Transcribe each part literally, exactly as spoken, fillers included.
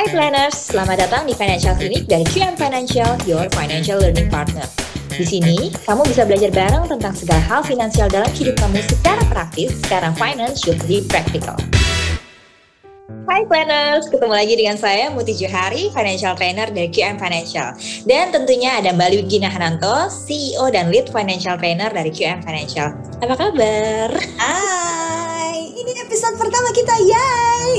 Hai planners, selamat datang di Financial Clinic dari Q M Financial, your financial learning partner. Di sini, kamu bisa belajar bareng tentang segala hal finansial dalam hidup kamu secara praktis, karena finance should be practical. Hai planners, ketemu lagi dengan saya Muti Johari, Financial Trainer dari Q M Financial. Dan tentunya ada Mbak Luigi Nahananto, C E O dan Lead Financial Trainer dari Q M Financial. Apa kabar? Hai, ini episode pertama kita, yay!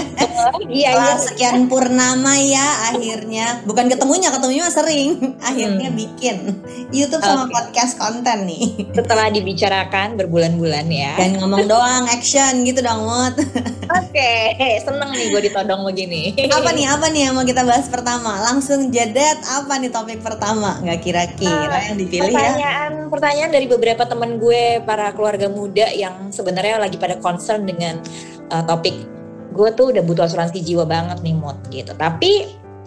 Iya, Setelah iya. sekian purnama ya akhirnya, bukan ketemunya, ketemunya mah sering. Akhirnya Hmm. bikin YouTube sama Oke. podcast konten nih. Setelah dibicarakan berbulan-bulan ya. Dan ngomong doang, action gitu dong, Mut. Oke, seneng nih gue ditodong begini. Apa nih, apa nih yang mau kita bahas pertama? Langsung jedet, apa nih topik pertama? Nggak kira-kira yang dipilih ya? Pertanyaan, pertanyaan dari beberapa teman gue, para keluarga muda yang sebenarnya lagi pada concern dengan uh, topik gue tuh udah butuh asuransi jiwa banget nih Mut gitu. Tapi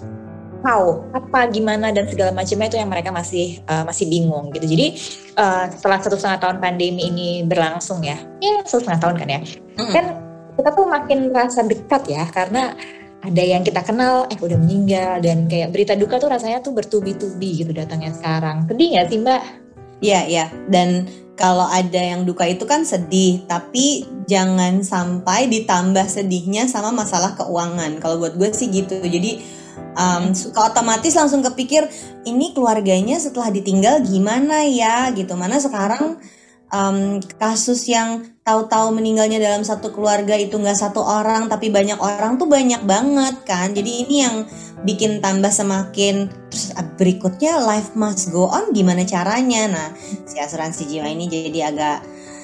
how, apa, gimana dan segala macamnya itu yang mereka masih uh, masih bingung gitu. Jadi uh, setelah satu setengah tahun pandemi ini berlangsung ya, ya satu setengah tahun kan ya, Mm-mm. kan kita tuh makin merasa dekat ya karena ada yang kita kenal eh udah meninggal dan kayak berita duka tuh rasanya tuh bertubi-tubi gitu datangnya sekarang. Sedih nggak sih Mbak? Iya, iya. Dan kalau ada yang duka itu kan sedih, tapi jangan sampai ditambah sedihnya sama masalah keuangan. Kalau buat gue sih gitu. Jadi um, suka otomatis langsung kepikir ini keluarganya setelah ditinggal gimana ya gitu. Mana sekarang um, kasus yang tahu-tahu meninggalnya dalam satu keluarga itu nggak satu orang tapi banyak orang tuh banyak banget kan. Jadi ini yang bikin tambah semakin. Terus berikutnya life must go on, gimana caranya? Nah, si asuransi jiwa ini jadi agak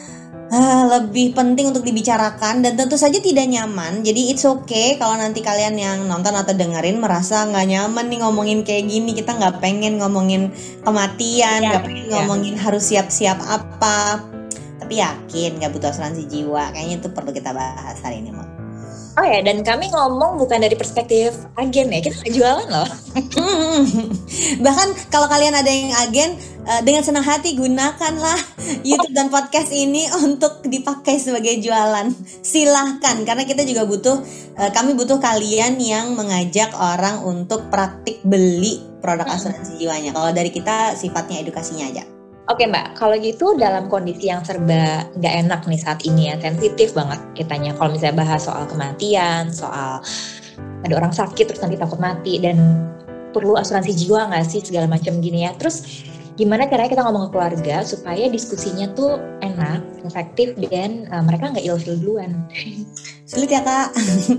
ah, lebih penting untuk dibicarakan dan tentu saja tidak nyaman. Jadi it's okay kalau nanti kalian yang nonton atau dengerin merasa nggak nyaman nih ngomongin kayak gini. Kita nggak pengen ngomongin kematian, Ya, nggak pengen ya. ngomongin harus siap-siap apa. Tapi yakin nggak butuh asuransi jiwa. Kayaknya itu perlu kita bahas hari ini, Mak. Oh ya, dan kami ngomong bukan dari perspektif agen ya, kita nggak jualan loh. Bahkan kalau kalian ada yang agen, uh, dengan senang hati gunakanlah YouTube dan podcast ini untuk dipakai sebagai jualan. Silahkan, karena kita juga butuh, uh, kami butuh kalian yang mengajak orang untuk praktik beli produk asuransi jiwanya. Kalau dari kita sifatnya edukasinya aja. Oke Mbak, kalau gitu dalam kondisi yang serba nggak enak nih saat ini ya, sensitif banget kitanya. Kalau misalnya bahas soal kematian, soal ada orang sakit terus nanti takut mati dan perlu asuransi jiwa nggak sih segala macam gini ya. Terus gimana caranya kita ngomong ke keluarga supaya diskusinya tuh enak, efektif dan uh, mereka nggak ilfil duluan. Sulit ya kak?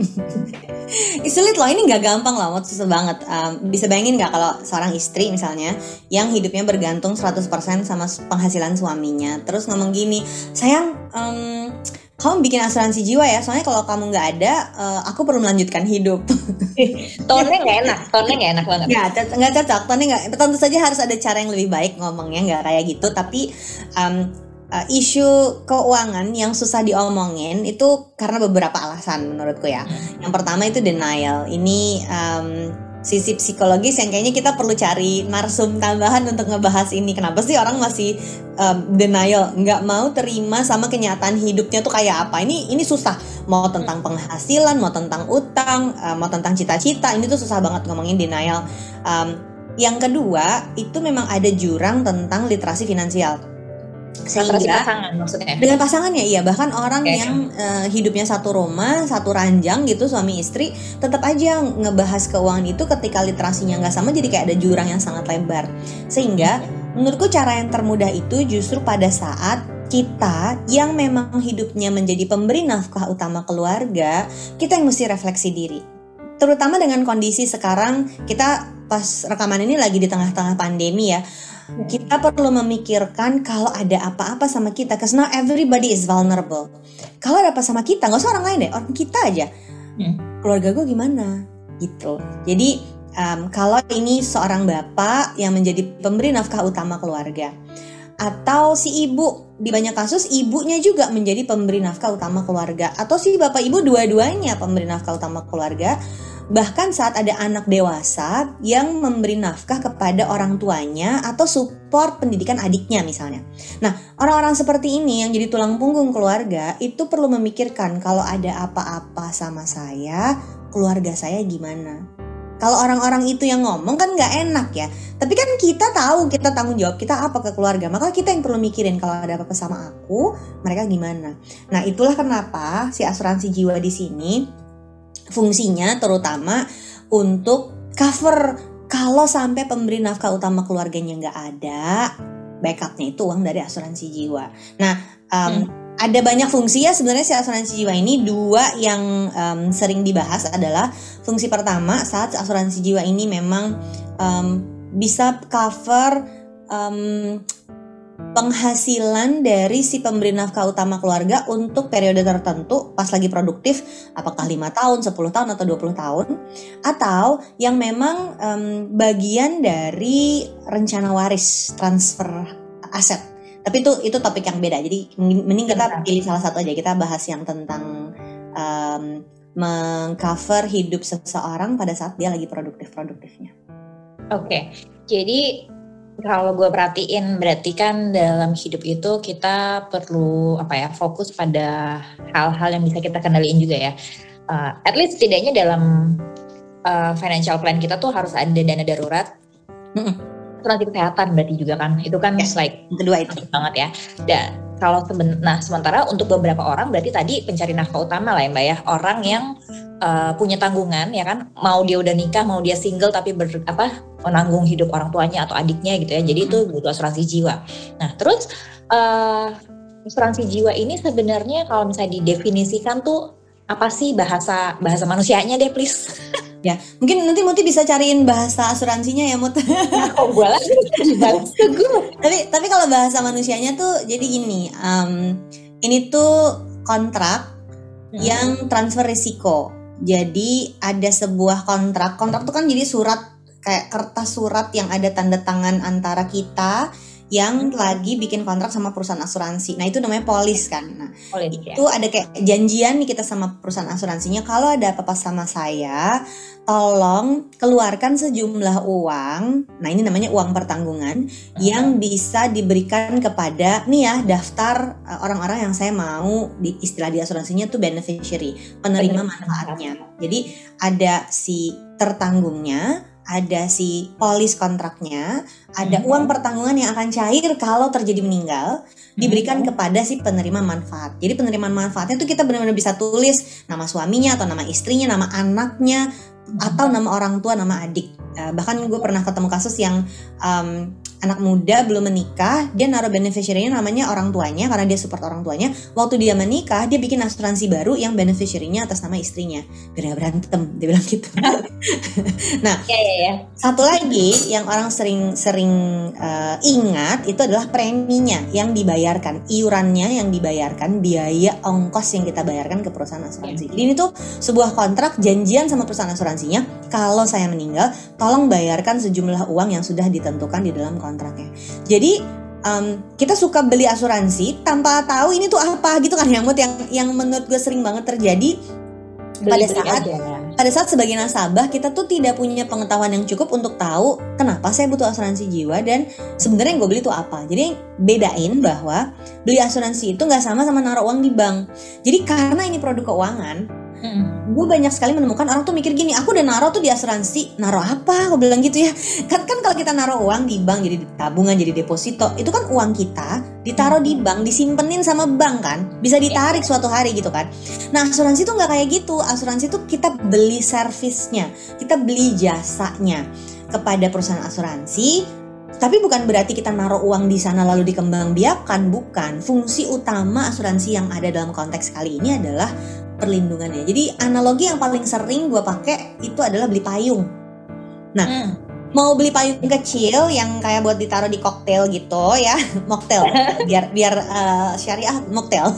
Sulit loh, ini nggak gampang loh, susah banget. Um, bisa bayangin nggak kalau seorang istri misalnya yang hidupnya bergantung seratus persen sama penghasilan suaminya, terus ngomong gini, sayang, um, kamu bikin asuransi jiwa ya, soalnya kalau kamu nggak ada, uh, aku perlu melanjutkan hidup. Tone-nya nggak enak, tone-nya nggak enak banget. Nggak, nggak cocok, tone nggak. Tentu saja harus ada cara yang lebih baik ngomongnya, nggak kayak gitu. Tapi um, uh, isu keuangan yang susah diomongin itu karena beberapa alasan menurutku ya. Yang pertama itu denial. Ini um, sisi psikologis yang kayaknya kita perlu cari narsum tambahan untuk ngebahas ini. Kenapa sih orang masih um, denial, nggak mau terima sama kenyataan hidupnya tuh kayak apa? Ini ini susah. Mau tentang penghasilan, mau tentang utang, uh, mau tentang cita-cita. Ini tuh susah banget ngomongin denial. Um, yang kedua itu memang ada jurang tentang literasi finansial. Literasi Sehingga pasangan maksudnya. dengan pasangannya iya, bahkan orang Oke. yang uh, hidupnya satu rumah, satu ranjang gitu, suami istri, tetap aja ngebahas keuangan itu ketika literasinya nggak sama, jadi kayak ada jurang yang sangat lebar. Sehingga menurutku cara yang termudah itu justru pada saat kita yang memang hidupnya menjadi pemberi nafkah utama keluarga, kita yang mesti refleksi diri. Terutama dengan kondisi sekarang, kita pas rekaman ini lagi di tengah-tengah pandemi ya, kita perlu memikirkan kalau ada apa-apa sama kita, because now everybody is vulnerable. Kalau ada apa sama kita, nggak usah orang lain deh, orang kita aja. Hmm. Keluarga gue gimana? Gitu. Jadi um, kalau ini seorang bapak yang menjadi pemberi nafkah utama keluarga, atau si ibu, di banyak kasus ibunya juga menjadi pemberi nafkah utama keluarga, atau si bapak ibu dua-duanya pemberi nafkah utama keluarga. Bahkan saat ada anak dewasa yang memberi nafkah kepada orang tuanya atau support pendidikan adiknya misalnya. Nah, orang-orang seperti ini yang jadi tulang punggung keluarga itu perlu memikirkan kalau ada apa-apa sama saya, keluarga saya gimana. Kalau orang-orang itu yang ngomong kan nggak enak ya. Tapi kan kita tahu kita tanggung jawab kita apa ke keluarga. Maka kita yang perlu mikirin kalau ada apa-apa sama aku, mereka gimana. Nah, itulah kenapa si asuransi jiwa di sini fungsinya terutama untuk cover kalau sampai pemberi nafkah utama keluarganya nggak ada, backupnya itu uang dari asuransi jiwa. Nah, um, hmm. ada banyak fungsi ya sebenarnya si asuransi jiwa ini. Dua yang um, sering dibahas adalah fungsi pertama saat asuransi jiwa ini memang um, bisa cover um, penghasilan dari si pemberi nafkah utama keluarga untuk periode tertentu pas lagi produktif, apakah lima tahun, sepuluh tahun, atau dua puluh tahun, atau yang memang um, bagian dari rencana waris, transfer aset. Tapi itu itu topik yang beda. Jadi mending kita pilih salah satu aja. Kita bahas yang tentang um, mengcover hidup seseorang pada saat dia lagi produktif-produktifnya. Oke, okay. Jadi kalau gue perhatiin berarti kan dalam hidup itu kita perlu apa ya fokus pada hal-hal yang bisa kita kendaliin juga ya. Uh, at least setidaknya dalam uh, financial plan kita tuh harus ada dana darurat. Mm-mm. Asuransi kesehatan berarti juga kan, itu kan yes, like kedua itu banget ya. Dan kalau seben, nah sementara untuk beberapa orang berarti tadi pencari nafkah utama lah ya mbak ya, orang yang uh, punya tanggungan ya kan, mau dia udah nikah, mau dia single tapi ber, apa menanggung hidup orang tuanya atau adiknya gitu ya. Jadi itu butuh asuransi jiwa. Nah terus uh, asuransi jiwa ini sebenarnya kalau misalnya didefinisikan tuh apa sih bahasa bahasa manusianya deh please. Ya, mungkin nanti Muti bisa cariin bahasa asuransinya ya Mut. Nah, kok gue lagi Tapi tapi kalau bahasa manusianya tuh jadi gini, um, ini tuh kontrak hmm. yang transfer risiko. Jadi ada sebuah kontrak, kontrak tuh kan jadi surat kayak kertas surat yang ada tanda tangan antara kita yang lagi bikin kontrak sama perusahaan asuransi. Nah itu namanya polis kan. Nah polis, itu ya. Ada kayak janjian nih kita sama perusahaan asuransinya, kalau ada apa-apa sama saya, tolong keluarkan sejumlah uang. Nah ini namanya uang pertanggungan uh-huh. yang bisa diberikan kepada nih ya daftar uh, orang-orang yang saya mau, di istilah di asuransinya tuh beneficiary, penerima manfaatnya. Jadi ada si tertanggungnya, ada si polis kontraknya, ada hmm. uang pertanggungan yang akan cair kalau terjadi meninggal, diberikan hmm. kepada si penerima manfaat. Jadi penerimaan manfaatnya tuh kita benar-benar bisa tulis nama suaminya atau nama istrinya, nama anaknya, hmm. atau nama orang tua, nama adik. Uh, bahkan gue pernah ketemu kasus yang um, anak muda belum menikah, dia naruh beneficiary-nya namanya orang tuanya karena dia support orang tuanya. Waktu dia menikah, dia bikin asuransi baru yang beneficiary-nya atas nama istrinya. Biar gak berantem, dia bilang gitu. Nah, ya, ya, ya. Satu lagi yang orang sering-sering uh, ingat itu adalah preminya yang dibayarkan, iurannya yang dibayarkan, biaya ongkos yang kita bayarkan ke perusahaan asuransi. Ya. Jadi ini tuh sebuah kontrak janjian sama perusahaan asuransinya, kalau saya meninggal, tolong bayarkan sejumlah uang yang sudah ditentukan di dalam kontraknya. Jadi um, kita suka beli asuransi tanpa tahu ini tuh apa gitu kan yang yang yang menurut gue sering banget terjadi beli, pada saat aja. pada saat sebagai nasabah kita tuh tidak punya pengetahuan yang cukup untuk tahu kenapa saya butuh asuransi jiwa dan sebenarnya yang gue beli itu apa. Jadi bedain bahwa beli asuransi itu nggak sama sama naruh uang di bank. Jadi karena ini produk keuangan, Hmm. gue banyak sekali menemukan orang tuh mikir gini, aku udah naruh tuh di asuransi, naruh apa? Aku bilang gitu ya. Kan kan kalau kita naruh uang di bank jadi tabungan, jadi deposito, itu kan uang kita ditaruh di bank, disimpenin sama bank kan, bisa ditarik suatu hari gitu kan. Nah asuransi tuh nggak kayak gitu. Asuransi tuh kita beli servisnya, kita beli jasanya kepada perusahaan asuransi. Tapi bukan berarti kita naruh uang di sana lalu dikembangbiakan, bukan. Fungsi utama asuransi yang ada dalam konteks kali ini adalah perlindungannya. Jadi analogi yang paling sering gue pakai itu adalah beli payung. Nah, hmm. mau beli payung kecil yang kayak buat ditaruh di koktail gitu ya, mocktail, biar biar uh, syariah mocktail.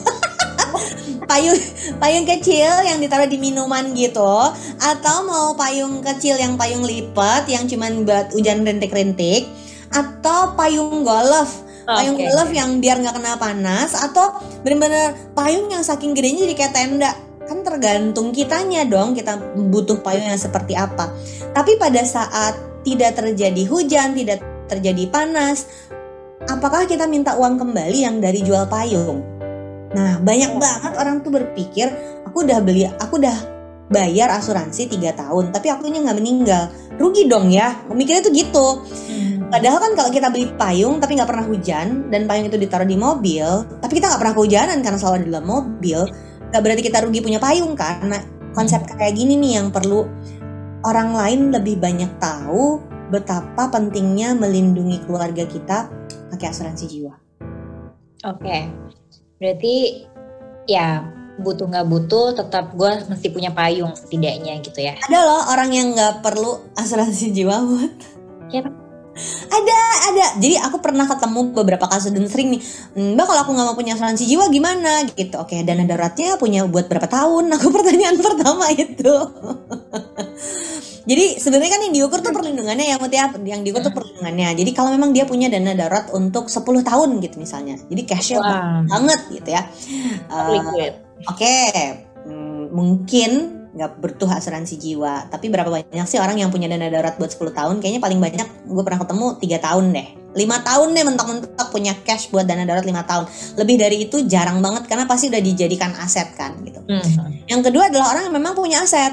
payung payung kecil yang ditaruh di minuman gitu, atau mau payung kecil yang payung lipat yang cuman buat hujan rintik-rintik, atau payung golf. Payung okay. golf yang biar nggak kena panas, atau benar-benar payung yang saking gedenya jadi kayak tenda. Kan tergantung kitanya dong, kita butuh payung yang seperti apa. Tapi pada saat tidak terjadi hujan, tidak terjadi panas, apakah kita minta uang kembali yang dari jual payung? Nah, banyak banget orang tuh berpikir, aku udah beli, aku udah bayar asuransi tiga tahun, tapi akunya nggak meninggal, rugi dong ya. Mikirnya tuh gitu. Padahal kan kalau kita beli payung tapi nggak pernah hujan dan payung itu ditaruh di mobil, tapi kita nggak pernah kehujanan karena selalu ada di dalam mobil, nggak berarti kita rugi punya payung kan? Nah, konsep kayak gini nih yang perlu orang lain lebih banyak tahu betapa pentingnya melindungi keluarga kita pakai asuransi jiwa. Oke, berarti ya butuh nggak butuh tetap gue mesti punya payung setidaknya gitu ya. Ada loh orang yang nggak perlu asuransi jiwa, Mut. Siapa? Ada, ada. Jadi aku pernah ketemu beberapa kasus dan sering nih, Mbak kalau aku nggak mau punya asuransi jiwa gimana gitu. Oke, dana daruratnya punya buat berapa tahun? Aku pertanyaan pertama itu. Jadi sebenarnya kan yang diukur tuh perlindungannya ya, Mut ya. Yang diukur tuh perlindungannya. Jadi kalau memang dia punya dana darurat untuk sepuluh tahun gitu misalnya. Jadi cashnya Wow. banget gitu ya. Uh, Oke, okay. hmm, mungkin nggak butuh asuransi jiwa, tapi berapa banyak sih orang yang punya dana darurat buat sepuluh tahun? Kayaknya paling banyak gue pernah ketemu tiga tahun deh, lima tahun deh mentok-mentok punya cash buat dana darurat lima tahun. Lebih dari itu jarang banget karena pasti udah dijadikan aset kan gitu. Mm-hmm. Yang kedua adalah orang yang memang punya aset,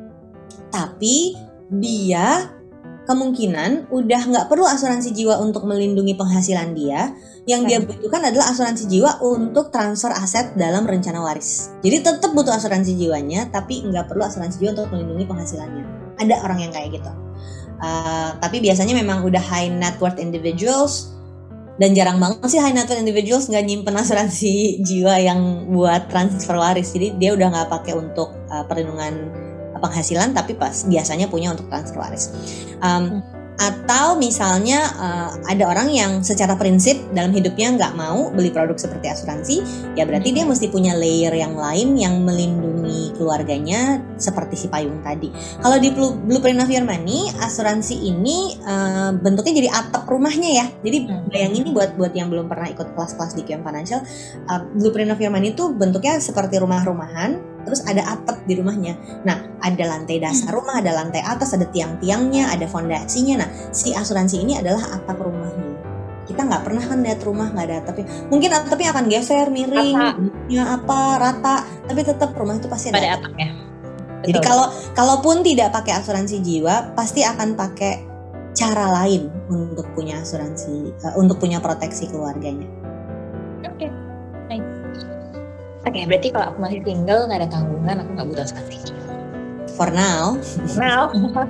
tapi dia kemungkinan udah nggak perlu asuransi jiwa untuk melindungi penghasilan dia. Yang dia butuhkan adalah asuransi jiwa untuk transfer aset dalam rencana waris. Jadi tetap butuh asuransi jiwanya, tapi nggak perlu asuransi jiwa untuk melindungi penghasilannya. Ada orang yang kayak gitu. Uh, tapi biasanya memang udah high net worth individuals, dan jarang banget sih high net worth individuals nggak nyimpen asuransi jiwa yang buat transfer waris. Jadi dia udah nggak pakai untuk uh, perlindungan penghasilan, tapi pas biasanya punya untuk transfer waris. Um, hmm. Atau misalnya uh, ada orang yang secara prinsip dalam hidupnya nggak mau beli produk seperti asuransi, ya berarti hmm. dia mesti punya layer yang lain yang melindungi keluarganya seperti si payung tadi. Kalau di Blueprint of Your Money, asuransi ini uh, bentuknya jadi atap rumahnya ya. Jadi hmm. bayangin ini buat buat yang belum pernah ikut kelas-kelas di Q M Financial, uh, Blueprint of Your Money itu bentuknya seperti rumah-rumahan. Terus ada atap di rumahnya. Nah, ada lantai dasar rumah, ada lantai atas, ada tiang-tiangnya, ada fondasinya. Nah, si asuransi ini adalah atap rumahnya. Kita nggak pernah kan lihat rumah nggak ada atapnya. Mungkin atapnya akan geser, miring, ya apa, rata. Tapi tetap rumah itu pasti ada, ada atapnya. Jadi kalau kalaupun tidak pakai asuransi jiwa, pasti akan pakai cara lain untuk punya asuransi, uh, untuk punya proteksi keluarganya. Oke, okay. Nice. Oke, okay, berarti kalau aku masih single, nggak ada tanggungan, aku nggak butuh asuransi. For now. Now.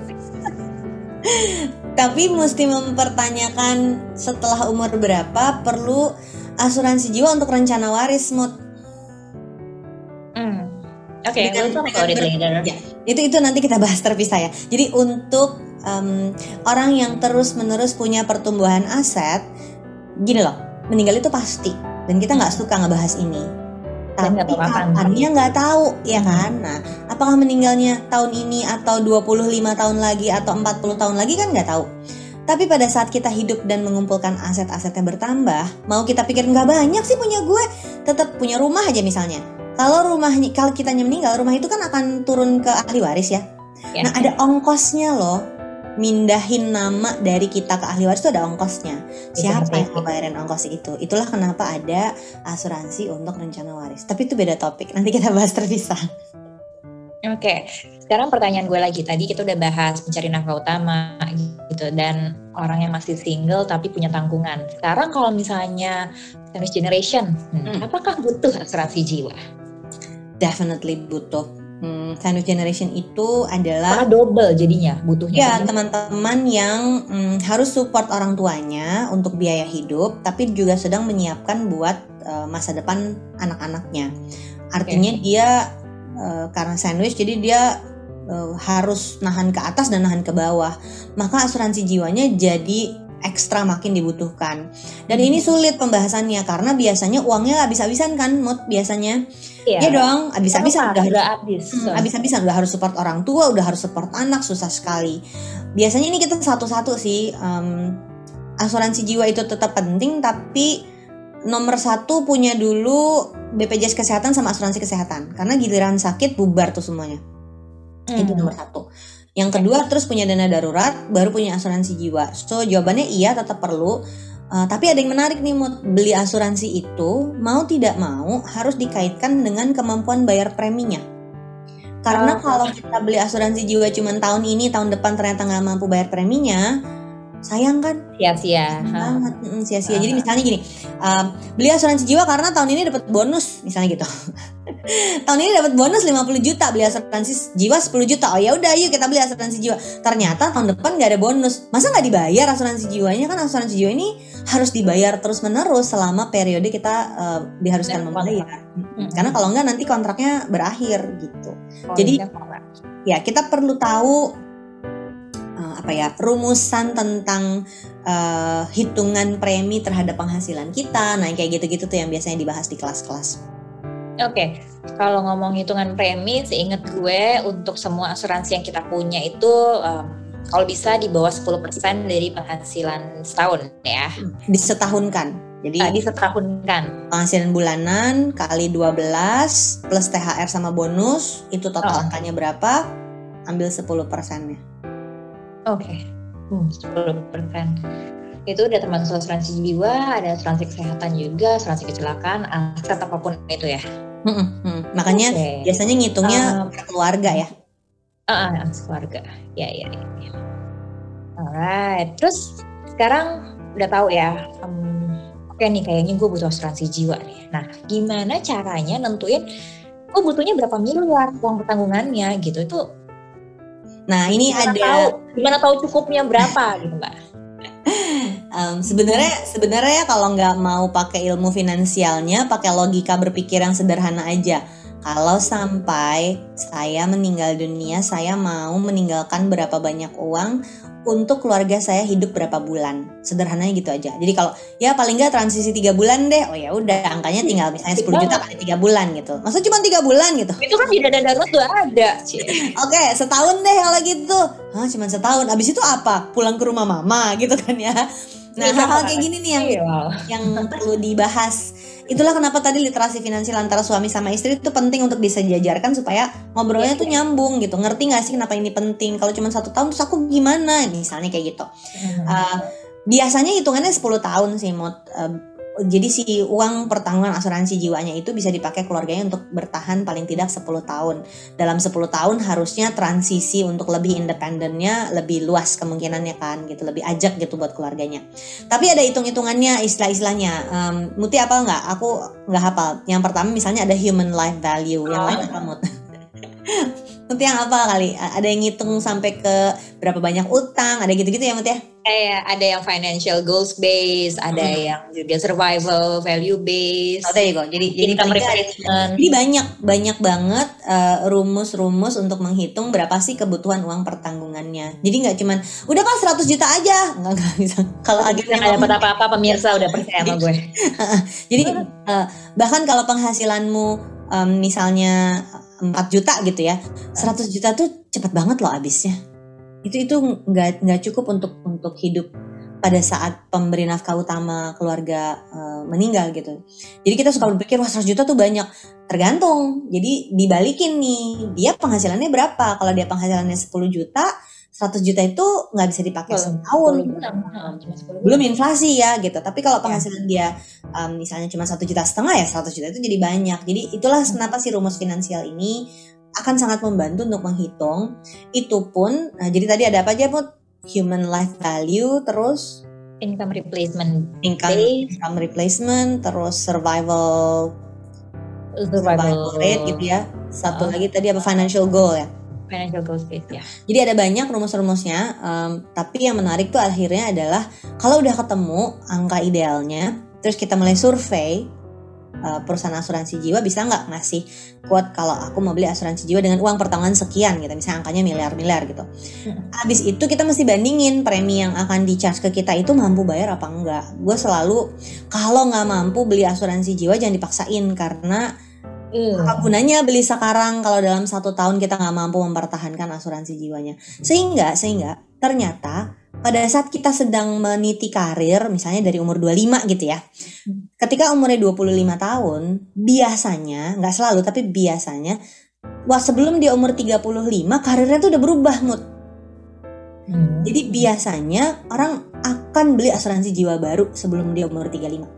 Tapi mesti mempertanyakan setelah umur berapa perlu asuransi jiwa untuk rencana waris, Mut. Hmm. Oke, okay, ber- ya, itu itu nanti kita bahas terpisah ya. Jadi untuk um, orang yang terus-menerus punya pertumbuhan aset, gini loh, meninggal itu pasti. Dan kita nggak suka ngebahas ini. Tapi kapannya nggak tahu ya kan. Nah, apakah meninggalnya tahun ini atau dua puluh lima tahun lagi atau empat puluh tahun lagi kan nggak tahu. Tapi pada saat kita hidup dan mengumpulkan aset-asetnya bertambah, mau kita pikir nggak banyak sih punya gue, tetap punya rumah aja misalnya. Kalau rumahnya, kalau kitanya meninggal, rumah itu kan akan turun ke ahli waris ya. ya nah, ya. Ada ongkosnya loh. Mindahin nama dari kita ke ahli waris itu ada ongkosnya. Siapa yang bayarin ongkos itu? Itulah kenapa ada asuransi untuk rencana waris. Tapi itu beda topik. Nanti kita bahas terpisah. Oke, okay. Sekarang pertanyaan gue lagi. Tadi kita udah bahas pencari nafkah utama gitu, dan orang yang masih single tapi punya tanggungan. Sekarang kalau misalnya sandwich generation, hmm. apakah butuh asuransi jiwa? Definitely butuh. Hmm, sandwich generation itu adalah karena double jadinya butuhnya. Ya, teman-teman yang hmm, harus support orang tuanya untuk biaya hidup, tapi juga sedang menyiapkan buat uh, masa depan anak-anaknya. Artinya okay. dia uh, karena sandwich, jadi dia uh, harus nahan ke atas dan nahan ke bawah. Maka asuransi jiwanya jadi ekstra makin dibutuhkan. Dan hmm. ini sulit pembahasannya karena biasanya uangnya habis-habisan kan, Mut, biasanya. Iya ya dong, habis-habisan udah harus habis. Hmm, habis-habisan udah harus support orang tua, udah harus support anak, susah sekali. Biasanya ini kita satu-satu sih, um, asuransi jiwa itu tetap penting, tapi nomor satu punya dulu B P J S kesehatan sama asuransi kesehatan, karena giliran sakit bubar tuh semuanya. Hmm. Itu nomor satu. Yang kedua terus punya dana darurat, baru punya asuransi jiwa. So jawabannya iya tetap perlu. Uh, tapi ada yang menarik nih, Mut. Beli asuransi itu mau tidak mau harus dikaitkan dengan kemampuan bayar preminya. Karena Oh. kalau kita beli asuransi jiwa cuma tahun ini, tahun depan ternyata nggak mampu bayar preminya, sayang kan? Sia-sia. Banget, mm, sia-sia. Jadi misalnya gini, um, beli asuransi jiwa karena tahun ini dapat bonus, misalnya gitu. Tahun ini dapat bonus lima puluh juta, beli asuransi jiwa sepuluh juta. Oh ya udah, yuk kita beli asuransi jiwa. Ternyata tahun depan nggak ada bonus. Masa nggak dibayar asuransi jiwanya? Kan asuransi jiwa ini harus dibayar terus-menerus selama periode kita uh, diharuskan membayar. Hmm. Karena kalau nggak nanti kontraknya berakhir gitu. Oh, jadi ya kita perlu tahu uh, apa ya rumusan tentang uh, hitungan premi terhadap penghasilan kita. Nah kayak gitu-gitu tuh yang biasanya dibahas di kelas-kelas. Oke, okay. Kalau ngomong hitungan premi, seingat gue untuk semua asuransi yang kita punya itu um, kalau bisa di bawah sepuluh persen dari penghasilan setahun ya. Disetahunkan. Jadi uh, disetahunkan. Penghasilan bulanan kali dua belas plus T H R sama bonus, itu total oh. angkanya berapa? Ambil sepuluh persennya. Oke, okay. hmm, sepuluh persen. Itu udah termasuk asuransi jiwa, ada asuransi kesehatan juga, asuransi kecelakaan, aset apapun itu ya. Hmm, hmm. Makanya okay. biasanya ngitungnya uh, per keluarga ya. Ah, uh, uh, keluarga. Ya, ya, ya. Alright. Terus sekarang udah tahu ya. Um, Oke okay nih, kayaknya gue butuh asuransi jiwa nih. Nah, gimana caranya nentuin gue butuhnya berapa miliar uang pertanggungannya gitu? Itu. Nah, ini gimana ada. Tahu, gimana tahu cukupnya berapa gitu, Mbak? Um, sebenarnya sebenarnya kalau nggak mau pakai ilmu finansialnya, pakai logika berpikir yang sederhana aja. Kalau sampai saya meninggal dunia, saya mau meninggalkan berapa banyak uang untuk keluarga saya hidup berapa bulan. Sederhananya gitu aja. Jadi kalau ya paling nggak transisi tiga bulan deh. Oh ya udah, angkanya tinggal misalnya sepuluh juta kali tiga bulan gitu. Masa cuma tiga bulan gitu? Itu kan di dana darurat udah ada. Oke, setahun deh kalau gitu. Hah, cuma setahun. Abis itu apa? Pulang ke rumah mama gitu kan ya. Nah, hal-hal kayak gini nih yang yang perlu dibahas. Itulah kenapa tadi literasi finansial antara suami sama istri itu penting untuk disejajarkan supaya ngobrolnya tuh nyambung gitu. Ngerti nggak sih kenapa ini penting? Kalau cuma satu tahun terus aku gimana? Misalnya kayak gitu. Uh, biasanya hitungannya sepuluh tahun sih, Mut. Uh, jadi si uang pertanggungan asuransi jiwanya itu bisa dipakai keluarganya untuk bertahan paling tidak sepuluh tahun. Dalam sepuluh tahun harusnya transisi untuk lebih independennya lebih luas kemungkinannya kan gitu, lebih ajak gitu buat keluarganya. Tapi ada hitung-hitungannya, istilah-istilahnya. Um, Muti apa enggak? Aku enggak hafal. Yang pertama misalnya ada human life value. Yang lain apa, Mut? Muti yang apa kali? Ada yang ngitung sampai ke berapa banyak utang, ada gitu-gitu ya, Mut ya? Kayak ada yang financial goals based, ada hmm. yang juga survival value based. Oh, there you go. Jadi jadi jadi banyak banyak banget uh, rumus-rumus untuk menghitung berapa sih kebutuhan uang pertanggungannya. Jadi nggak cuman udah kan seratus juta aja, nggak nggak bisa. Kalau akhirnya nggak dapat apa-apa, pemirsa udah percaya sama gue. Jadi uh, bahkan kalau penghasilanmu um, misalnya empat juta gitu ya, seratus juta tuh cepet banget loh habisnya. Itu itu nggak nggak cukup untuk untuk hidup pada saat pemberi nafkah utama keluarga uh, meninggal gitu. Jadi kita suka berpikir wah seratus juta tuh banyak. Tergantung. Jadi dibalikin nih, dia penghasilannya berapa? Kalau dia penghasilannya sepuluh juta, seratus juta itu nggak bisa dipakai setahun. Belum inflasi ya gitu. Tapi kalau penghasilan dia um, misalnya cuma satu juta setengah ya seratus juta itu jadi banyak. Jadi itulah kenapa si rumus finansial ini akan sangat membantu untuk menghitung. Itu pun, nah jadi tadi ada apa aja, Put? Human life value, terus income replacement, income, income replacement, terus survival, survival, survival rate gitu ya. Satu uh, lagi tadi apa? Financial goal ya. Financial goals based ya. Jadi ada banyak rumus-rumusnya, um, tapi yang menarik tuh akhirnya adalah kalau udah ketemu angka idealnya, terus kita mulai survei. Uh, perusahaan asuransi jiwa bisa nggak ngasih quote kalau aku mau beli asuransi jiwa dengan uang pertanggungan sekian gitu, misalnya angkanya miliar-miliar gitu. Hmm. Habis itu kita mesti bandingin premi yang akan di-charge ke kita itu mampu bayar apa enggak. Gue selalu kalau nggak mampu beli asuransi jiwa jangan dipaksain karena hmm. apa gunanya beli sekarang kalau dalam satu tahun kita nggak mampu mempertahankan asuransi jiwanya. Sehingga sehingga ternyata pada saat kita sedang meniti karir, misalnya dari umur dua puluh lima gitu ya. Ketika umurnya dua puluh lima tahun, biasanya, nggak selalu tapi biasanya, wah sebelum dia umur tiga puluh lima, karirnya tuh udah berubah, Mut. Hmm. Jadi biasanya orang akan beli asuransi jiwa baru sebelum dia umur tiga puluh lima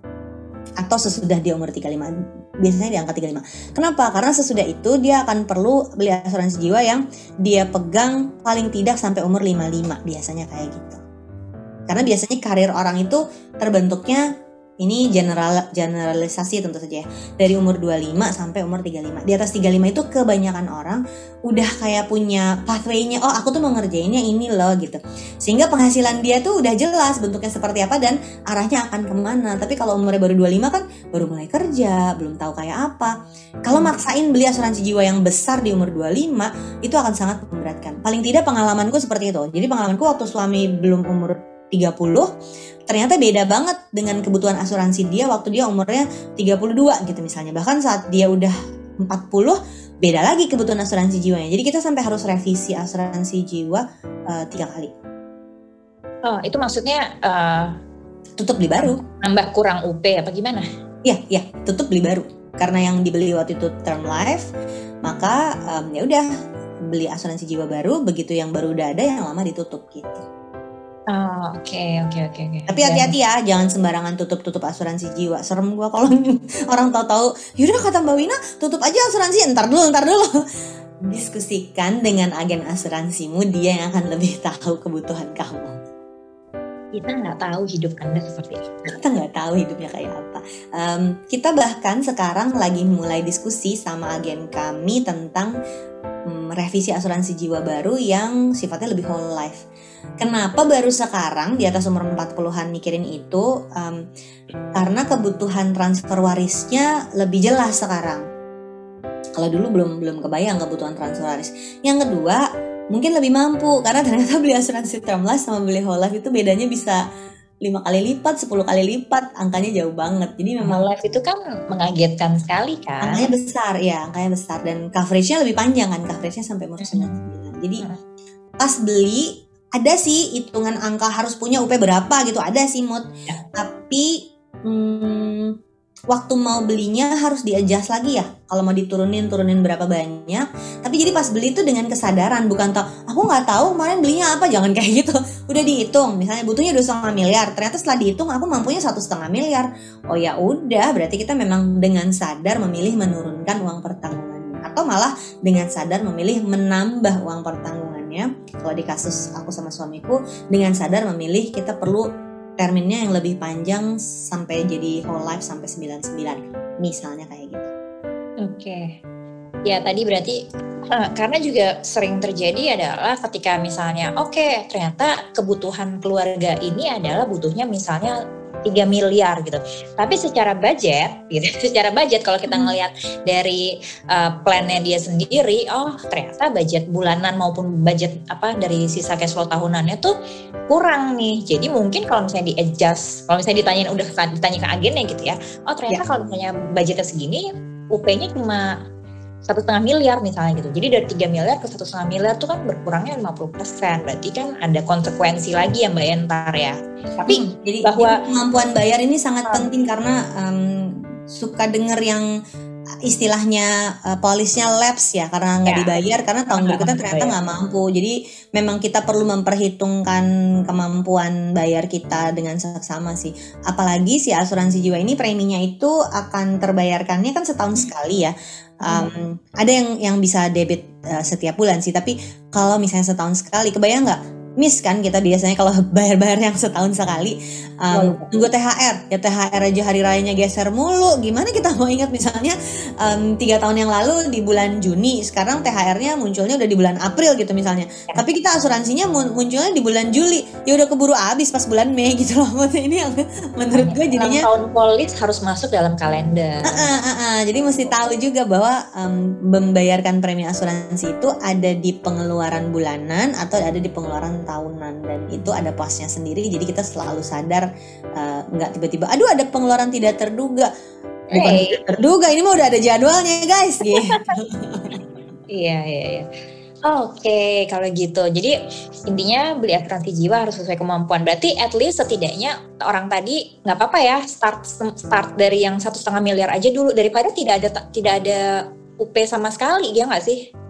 atau sesudah dia umur tiga puluh lima. Biasanya di angka tiga puluh lima. Kenapa? Karena sesudah itu dia akan perlu beli asuransi jiwa yang dia pegang paling tidak sampai umur lima puluh lima, biasanya kayak gitu. Karena biasanya karir orang itu terbentuknya, ini general generalisasi tentu saja ya, dari umur dua puluh lima sampai umur tiga puluh lima. Di atas tiga puluh lima itu kebanyakan orang udah kayak punya pathway-nya, oh aku tuh mau ngerjainnya ini loh gitu. Sehingga penghasilan dia tuh udah jelas bentuknya seperti apa dan arahnya akan kemana. Tapi kalau umurnya baru dua puluh lima kan baru mulai kerja, belum tahu kayak apa. Kalau maksain beli asuransi jiwa yang besar di umur dua puluh lima, itu akan sangat memberatkan. Paling tidak pengalamanku seperti itu. Jadi pengalamanku waktu suami belum umur tiga puluh, ternyata beda banget dengan kebutuhan asuransi dia waktu dia umurnya tiga puluh dua gitu misalnya. Bahkan saat dia udah empat puluh, beda lagi kebutuhan asuransi jiwanya. Jadi kita sampai harus revisi asuransi jiwa uh, tiga kali. Oh, itu maksudnya uh, tutup beli baru. Nambah kurang U P apa gimana? Iya, iya, tutup beli baru. Karena yang dibeli waktu itu term life, maka um, ya udah beli asuransi jiwa baru, begitu yang baru udah ada, yang lama ditutup gitu. Oh, oke, okay, oke, okay, oke, okay, oke. Tapi hati-hati ya, jangan sembarangan tutup-tutup asuransi jiwa. Serem gua kalau orang tahu-tahu, yaudah kata Mbak Wina, tutup aja asuransi, ntar dulu, ntar dulu. Diskusikan dengan agen asuransimu, dia yang akan lebih tahu kebutuhan kamu. Kita nggak tahu hidup Anda seperti itu. Kita nggak tahu hidupnya kayak apa. Um, kita bahkan sekarang lagi mulai diskusi sama agen kami tentang um, revisi asuransi jiwa baru yang sifatnya lebih whole life. Kenapa baru sekarang di atas umur empat puluhan mikirin itu? Um, karena kebutuhan transfer warisnya lebih jelas sekarang. Kalau dulu belum belum kebayang kebutuhan transfer waris. Yang kedua, mungkin lebih mampu karena ternyata beli asuransi term life sama beli whole life itu bedanya bisa lima kali lipat, sepuluh kali lipat, angkanya jauh banget. Jadi memang whole life itu kan mengagetkan sekali kan. Angkanya besar ya, angkanya besar dan coveragenya lebih panjang kan, coveragenya sampai umur sembilan puluh sembilan. Jadi pas beli ada sih hitungan angka harus punya U P berapa gitu, ada sih Mut. Ya. Tapi hmm, waktu mau belinya harus di-adjust lagi ya. Kalau mau diturunin, turunin berapa banyak. Tapi jadi pas beli itu dengan kesadaran, bukan tau, aku nggak tahu kemarin belinya apa, jangan kayak gitu. Udah dihitung, misalnya butuhnya dua setengah miliar. Ternyata setelah dihitung aku mampunya satu setengah miliar. Oh ya udah, berarti kita memang dengan sadar memilih menurunkan uang pertanggungannya, atau malah dengan sadar memilih menambah uang pertanggungannya. Kalau di kasus aku sama suamiku, dengan sadar memilih kita perlu terminnya yang lebih panjang sampai jadi whole life sampai sembilan puluh sembilan misalnya kayak gitu. Oke. Okay. Ya tadi berarti karena juga sering terjadi adalah ketika misalnya oke okay, ternyata kebutuhan keluarga ini adalah butuhnya misalnya tiga miliar gitu. Tapi secara budget gitu, secara budget kalau kita ngelihat dari uh, plannya dia sendiri, oh ternyata budget bulanan maupun budget apa dari sisa cash flow tahunannya tuh kurang nih. Jadi mungkin kalau misalnya di-adjust, kalau misalnya ditanyain udah ditanya ke agennya gitu ya. Oh ternyata ya. Kalau misalnya budgetnya segini, U P-nya cuma satu setengah miliar misalnya gitu. Jadi dari tiga miliar ke satu setengah miliar tuh kan berkurangnya lima puluh persen. Berarti kan ada konsekuensi lagi ya Mbak Entar ya. Tapi hmm, jadi, bahwa jadi kemampuan bayar ini sangat hmm. penting karena um, suka denger yang istilahnya uh, polisnya lapse ya karena nggak ya. dibayar karena tahun berikutnya ternyata nggak mampu. Jadi memang kita perlu memperhitungkan kemampuan bayar kita dengan seksama sih. Apalagi si asuransi jiwa ini preminya itu akan terbayarkannya kan setahun sekali ya. Um, hmm. Ada yang yang bisa debit uh, setiap bulan sih, tapi kalau misalnya setahun sekali, kebayang nggak? Miss kan kita biasanya kalau bayar-bayar yang setahun sekali um, oh, tunggu T H R ya, T H R aja hari rayanya geser mulu, gimana kita mau ingat misalnya um, tiga tahun yang lalu di bulan Juni, sekarang T H R-nya munculnya udah di bulan April gitu misalnya ya. Tapi kita asuransinya munculnya di bulan Juli, ya udah keburu habis pas bulan Mei gitu loh. Ini yang menurut gue jadinya tahun polis harus masuk dalam kalender. uh, uh, uh, uh, jadi mesti tahu juga bahwa um, membayarkan premi asuransi itu ada di pengeluaran bulanan atau ada di pengeluaran tahunan, dan itu ada posnya sendiri. Jadi kita selalu sadar, uh, nggak tiba-tiba aduh ada pengeluaran tidak terduga, bukan hey. tidak terduga, ini mah udah ada jadwalnya guys gitu. Iya iya iya. Oke, okay, kalau gitu. Jadi intinya beli asuransi jiwa harus sesuai kemampuan. Berarti at least setidaknya orang tadi nggak apa-apa ya start start dari yang satu setengah miliar aja dulu daripada tidak ada tidak ada U P sama sekali, ya nggak sih?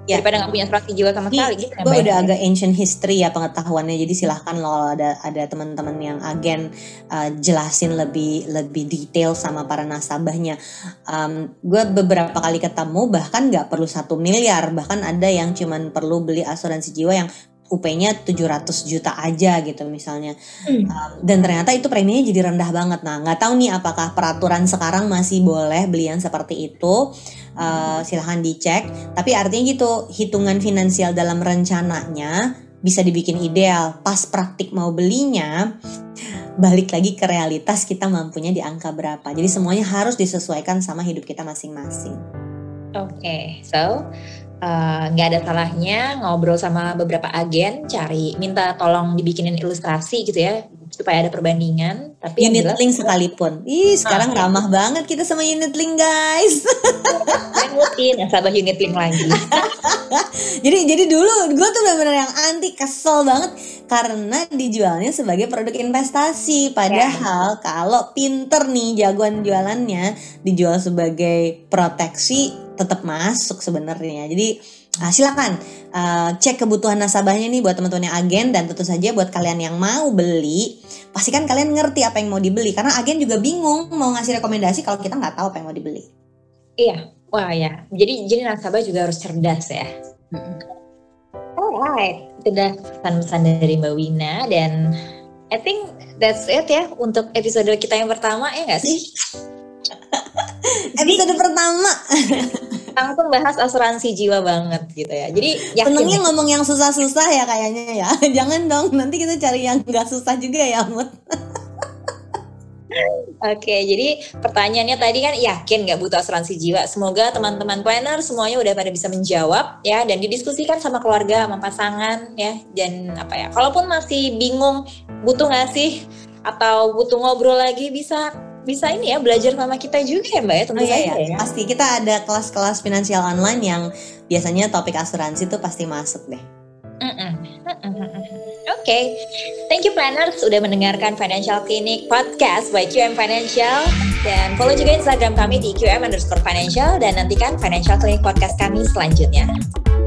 Ya. daripada nggak punya asuransi jiwa sama sekali gitu kan. Gue udah agak ancient history ya pengetahuannya, jadi silahkan lo ada ada teman-teman yang agen uh, jelasin lebih lebih detail sama para nasabahnya. Um, gue beberapa kali ketemu bahkan nggak perlu satu miliar, bahkan ada yang cuman perlu beli asuransi jiwa yang U P-nya tujuh ratus juta aja gitu misalnya. Hmm. Um, dan ternyata itu preminya jadi rendah banget. Nah, nggak tahu nih apakah peraturan sekarang masih boleh beli yang seperti itu. Uh, silahkan dicek. Tapi artinya gitu, hitungan finansial dalam rencananya bisa dibikin ideal. Pas praktik mau belinya, balik lagi ke realitas kita mampunya di angka berapa. Jadi semuanya harus disesuaikan sama hidup kita masing-masing. Oke, okay, so nggak uh, ada salahnya ngobrol sama beberapa agen, cari minta tolong dibikinin ilustrasi gitu ya supaya ada perbandingan. Tapi unit link sekalipun. Ih, sekarang ah, ramah ya. banget kita sama unit link, guys. Ngutin nasabah unit link lagi. jadi jadi dulu gue tuh benar-benar yang anti, kesel banget karena dijualnya sebagai produk investasi. Padahal ya. kalau pinter nih jagoan jualannya dijual sebagai proteksi, tetap masuk sebenarnya. Jadi uh, silakan uh, cek kebutuhan nasabahnya nih buat teman-teman yang agen, dan tentu saja buat kalian yang mau beli, pastikan kalian ngerti apa yang mau dibeli, karena agen juga bingung mau ngasih rekomendasi kalau kita nggak tahu apa yang mau dibeli. Iya, wah ya. Jadi jadi nasabah juga harus cerdas ya. Mm-hmm. Alright, itu udah pesan-pesan dari Mbak Wina, dan I think that's it ya untuk episode kita yang pertama, ya nggak sih? Episode pertama langsung bahas asuransi jiwa banget gitu ya. Jadi senengnya ya. ngomong yang susah-susah ya kayaknya ya. Jangan dong, nanti kita cari yang gak susah juga ya, Mut. Oke, jadi pertanyaannya tadi kan yakin gak butuh asuransi jiwa? Semoga teman-teman planner semuanya udah pada bisa menjawab ya, dan didiskusikan sama keluarga, sama pasangan ya. Dan apa ya, kalaupun masih bingung butuh gak sih atau butuh ngobrol lagi, bisa bisa ini ya, belajar sama kita juga ya Mbak ya, tentu oh, iya, saja iya. ya. Pasti kita ada kelas-kelas finansial online yang biasanya topik asuransi tuh pasti masuk deh. Oke, okay. Thank you planners sudah mendengarkan Financial Clinic Podcast by Q M Financial, dan follow juga Instagram kami di Q M underscore financial, dan nantikan Financial Clinic Podcast kami selanjutnya.